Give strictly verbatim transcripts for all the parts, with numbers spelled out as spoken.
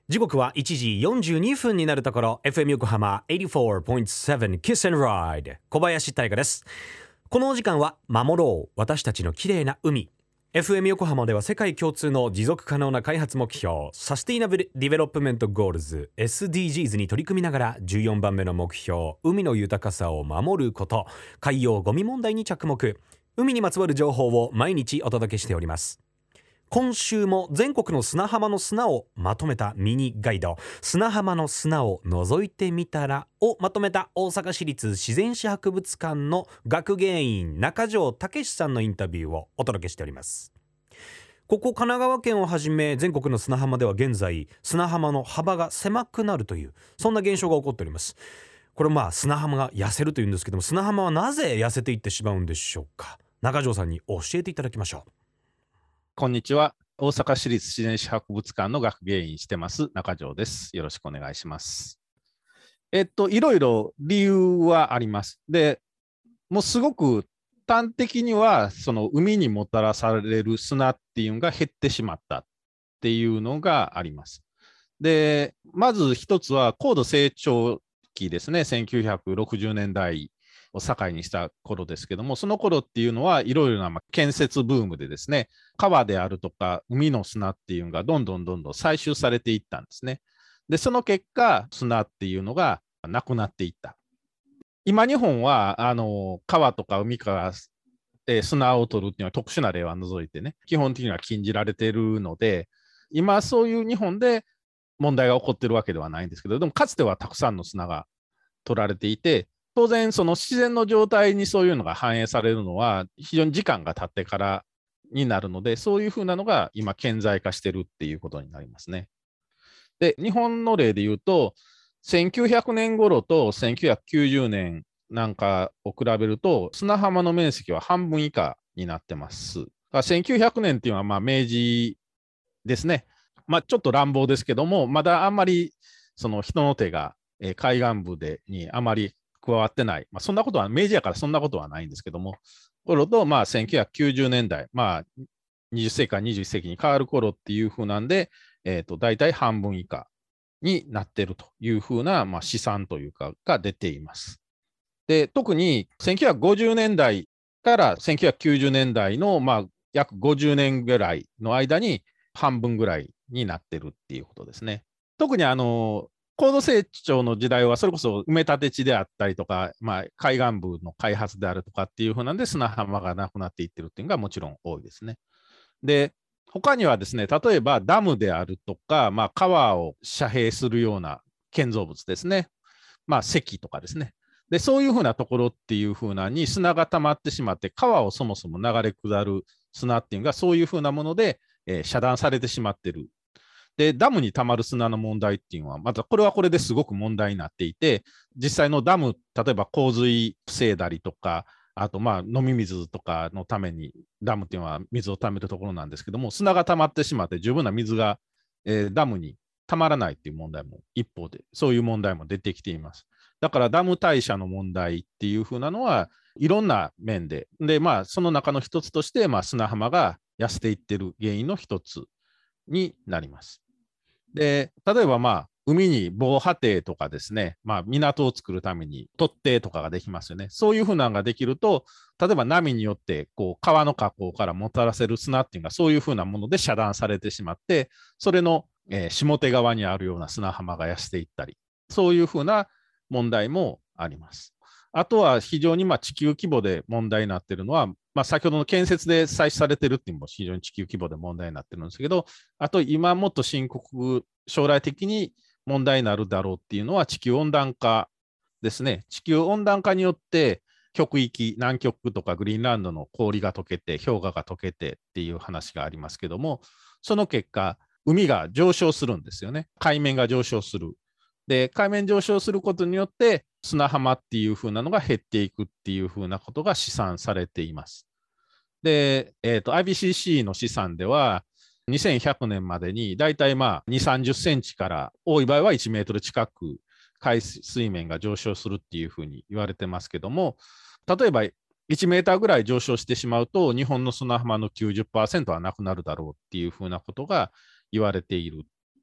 時刻はいちじよんじゅうにふんになるところ、 エフエム 横浜 はちじゅうよんてんなな Kiss and Ride 小林大我です。このお時間は守ろう私たちの綺麗な海。 エフエム 横浜では世界共通の持続可能な開発目標サステイナブルディベロップメントゴールズ エスディージーズ に取り組みながら、じゅうよんばんめの目標海の豊かさを守ること、海洋ゴミ問題に着目。海にまつわる情報を毎日お届けしております。今週も全国の砂浜の砂をまとめたミニガイド、砂浜の砂を覗いてみたらをまとめた大阪市立自然史博物館の学芸員中条武さんのインタビューをお届けしております。ここ神奈川県をはじめ全国の砂浜では現在砂浜の幅が狭くなるという、そんな現象が起こっております。これまあ砂浜が痩せるというんですけども、砂浜はなぜ痩せていってしまうんでしょうか。中条さんに教えていただきましょう。 こんにちは。大阪市立自然史博物館の学芸員してます中条です。よろしくお願いします。えっといろいろ理由はあります。で、もうすごく端的にはその海にもたらされる砂っていうのが減ってしまったっていうのがあります。で、まず一つは高度成長期ですね。せんきゅうひゃくろくじゅうねんだいを境にした頃ですけども、その頃っていうのはいろいろな建設ブームでですね、川であるとか海の砂っていうのがどんどんどんどん採集されていったんですね。で、その結果砂っていうのがなくなっていった。今日本はあの川とか海から、えー、砂を取るっていうのは特殊な例は除いてね、基本的には禁じられているので、今そういう日本で問題が起こっているわけではないんですけど、でもかつてはたくさんの砂が取られていて、当然その自然の状態にそういうのが反映されるのは非常に時間が経ってからになるので、そういうふうなのが今顕在化してるっていうことになりますね。で、日本の例で言うとせんきゅうひゃくねん頃とせんきゅうひゃくきゅうじゅうねんなんかを比べると砂浜の面積は半分以下になってます。せんきゅうひゃくねんっていうのはまあ明治ですね。まあ、ちょっと乱暴ですけども、まだあんまりその人の手が海岸部でにあまり加わってない、まあ、そんなことは明治やからそんなことはないんですけども、頃とまあせんきゅうひゃくきゅうじゅうねんだい、まあ、にじゅっせいきからにじゅっせいきに変わる頃っていう風なんで、えー、と大体半分以下になっているという風な、まあ、試算というかが出ています。で、特にせんきゅうひゃくごじゅうねんだいからせんきゅうひゃくきゅうじゅうねんだいの、まあ、約ごじゅうねんぐらいの間に半分ぐらいになってるっていうことですね。特にあの高度成長の時代はそれこそ埋め立て地であったりとか、まあ、海岸部の開発であるとかっていうふうなんで砂浜がなくなっていってるっていうのがもちろん多いですね。で、他にはですね、例えばダムであるとか、まあ、川を遮蔽するような建造物ですね。まあ、堰とかですね。で、そういうふうなところっていうふうなに砂が溜まってしまって、川をそもそも流れ下る砂っていうのがそういうふうなもので、えー、遮断されてしまっている。で、ダムに溜まる砂の問題っていうのは、またこれはこれですごく問題になっていて、実際のダム、例えば洪水防いだりとか、あとまあ飲み水とかのためにダムっていうのは水を溜めるところなんですけども、砂が溜まってしまって十分な水が、えー、ダムに溜まらないっていう問題も一方で、そういう問題も出てきています。だからダム代謝の問題っていうふうなのはいろんな面で、でまあその中の一つとして、まあ、砂浜が痩せていっている原因の一つになります。で、例えばまあ海に防波堤とかですね、まあ、港を作るために突堤とかができますよね。そういうふうなのができると、例えば波によってこう川の河口からもたらせる砂っていうのがそういうふうなもので遮断されてしまって、それの、えー、下手側にあるような砂浜が痩せていったり、そういうふうな問題もあります。あとは非常にまあ地球規模で問題になっているのは、まあ、先ほどの建設で採取されているっていうのも非常に地球規模で問題になってるんですけど、あと今もっと深刻、将来的に問題になるだろうっていうのは地球温暖化ですね。地球温暖化によって極域、南極とかグリーンランドの氷が溶けて、氷河が溶けてっていう話がありますけども、その結果、海が上昇するんですよね。海面が上昇する。で、海面上昇することによって砂浜っていう風なのが減っていくっていう風なことが試算されています。で、えーと、アイピーシーシー の試算では、にせんひゃくねんまでにだいたいまあにじゅう、さんじゅっセンチから多い場合はいちメートル近く海水面が上昇するっていうふうに言われてますけども、例えばいちメーターぐらい上昇してしまうと日本の砂浜の きゅうじゅっパーセント はなくなるだろうっていうふうなことが言われている。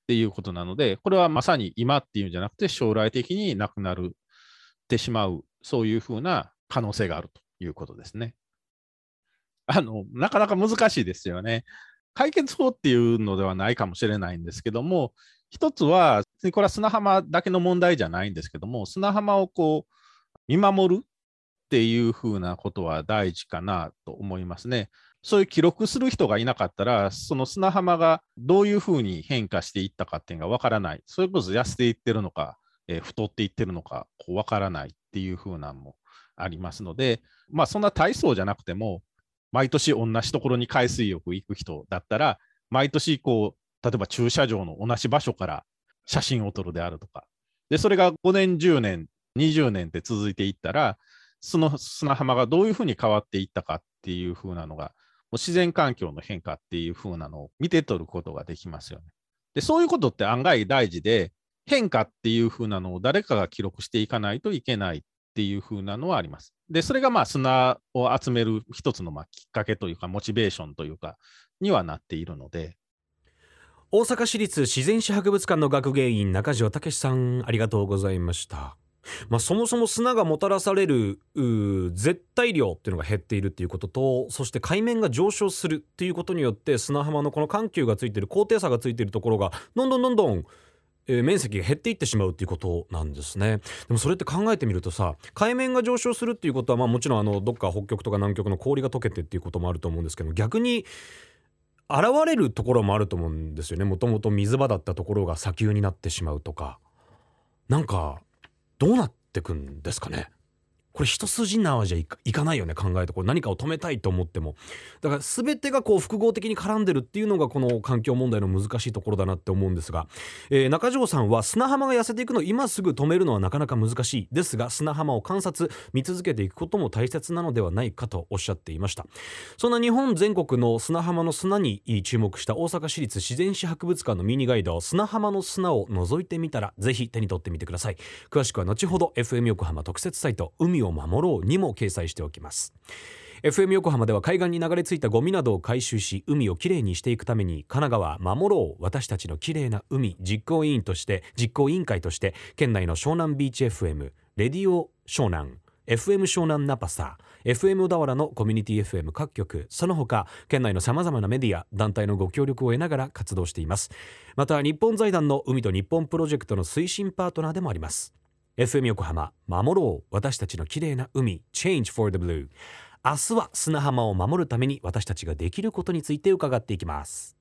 っていうことなので、これはまさに今っていうんじゃなくて将来的になくなるってしまう、そういうふうな可能性があるということですね。あのなかなか難しいですよね。解決法っていうのではないかもしれないんですけども、一つはこれは砂浜だけの問題じゃないんですけども、砂浜をこう見守るっていうふうなことは大事かなと思いますね。そういう記録する人がいなかったら、その砂浜がどういうふうに変化していったかっていうのがわからない。それこそ痩せていってるのか、えー太っていってるのかこうわからないっていうふうなのもありますので、まあそんな大層じゃなくても、毎年同じところに海水浴行く人だったら、毎年こう、例えば駐車場の同じ場所から写真を撮るであるとか、で、それがごねん、じゅうねん、にじゅうねんって続いていったら、その砂浜がどういうふうに変わっていったかっていうふうなのが、もう自然環境の変化っていうふうなのを見て取ることができますよね。で、そういうことって案外大事で、変化っていうふうなのを誰かが記録していかないといけないっていうふうなのはあります。で、それがまあ砂を集める一つのまあきっかけというか、モチベーションというか、にはなっているので。 大阪市立自然史博物館の学芸員中条武さん、ありがとうございました。まあ、そもそも砂がもたらされる絶対量っていうのが減っているっていうことと、そして海面が上昇するっていうことによって砂浜のこの緩急がついている高低差がついているところがどんどんどんどん、えー面積が減っていってしまうっていうことなんですね。でもそれって考えてみるとさ、海面が上昇するっていうことはまあもちろんあのどっか北極とか南極の氷が溶けてっていうこともあると思うんですけど、逆に現れるところもあると思うんですよね。もともと水場だったところが砂丘になってしまうとか、なんかどうなってくんですかね。これ一筋縄じゃい か, いかないよね。考えてこれ何かを止めたいと思っても、だから全てがこう複合的に絡んでるっていうのがこの環境問題の難しいところだなって思うんですが、えー中条さんは砂浜が痩せていくのを今すぐ止めるのはなかなか難しいですが、砂浜を観察見続けていくことも大切なのではないかとおっしゃっていました。そんな日本全国の砂浜の砂に注目した大阪市立自然史博物館のミニガイド、砂浜の砂を覗いてみたらぜひ手に取ってみてください。詳しくは後ほど エフエム 横浜特設サイト海を守ろうにも掲載しておきます。 エフエム 横浜では海岸に流れ着いたゴミなどを回収し海をきれいにしていくために、神奈川守ろう私たちのきれいな海実行委員として実行委員会として県内の湘南ビーチ エフエム、 レディオ湘南、 エフエム 湘南ナパサ、 エフエム 小田原のコミュニティ エフエム 各局、その他県内のさまざまなメディア団体のご協力を得ながら活動しています。また日本財団の海と日本プロジェクトの推進パートナーでもあります。 エフエム 横浜守ろう私たちのきれいな海 Change for the Blue、 明日は砂浜を守るために私たちができることについて伺っていきます。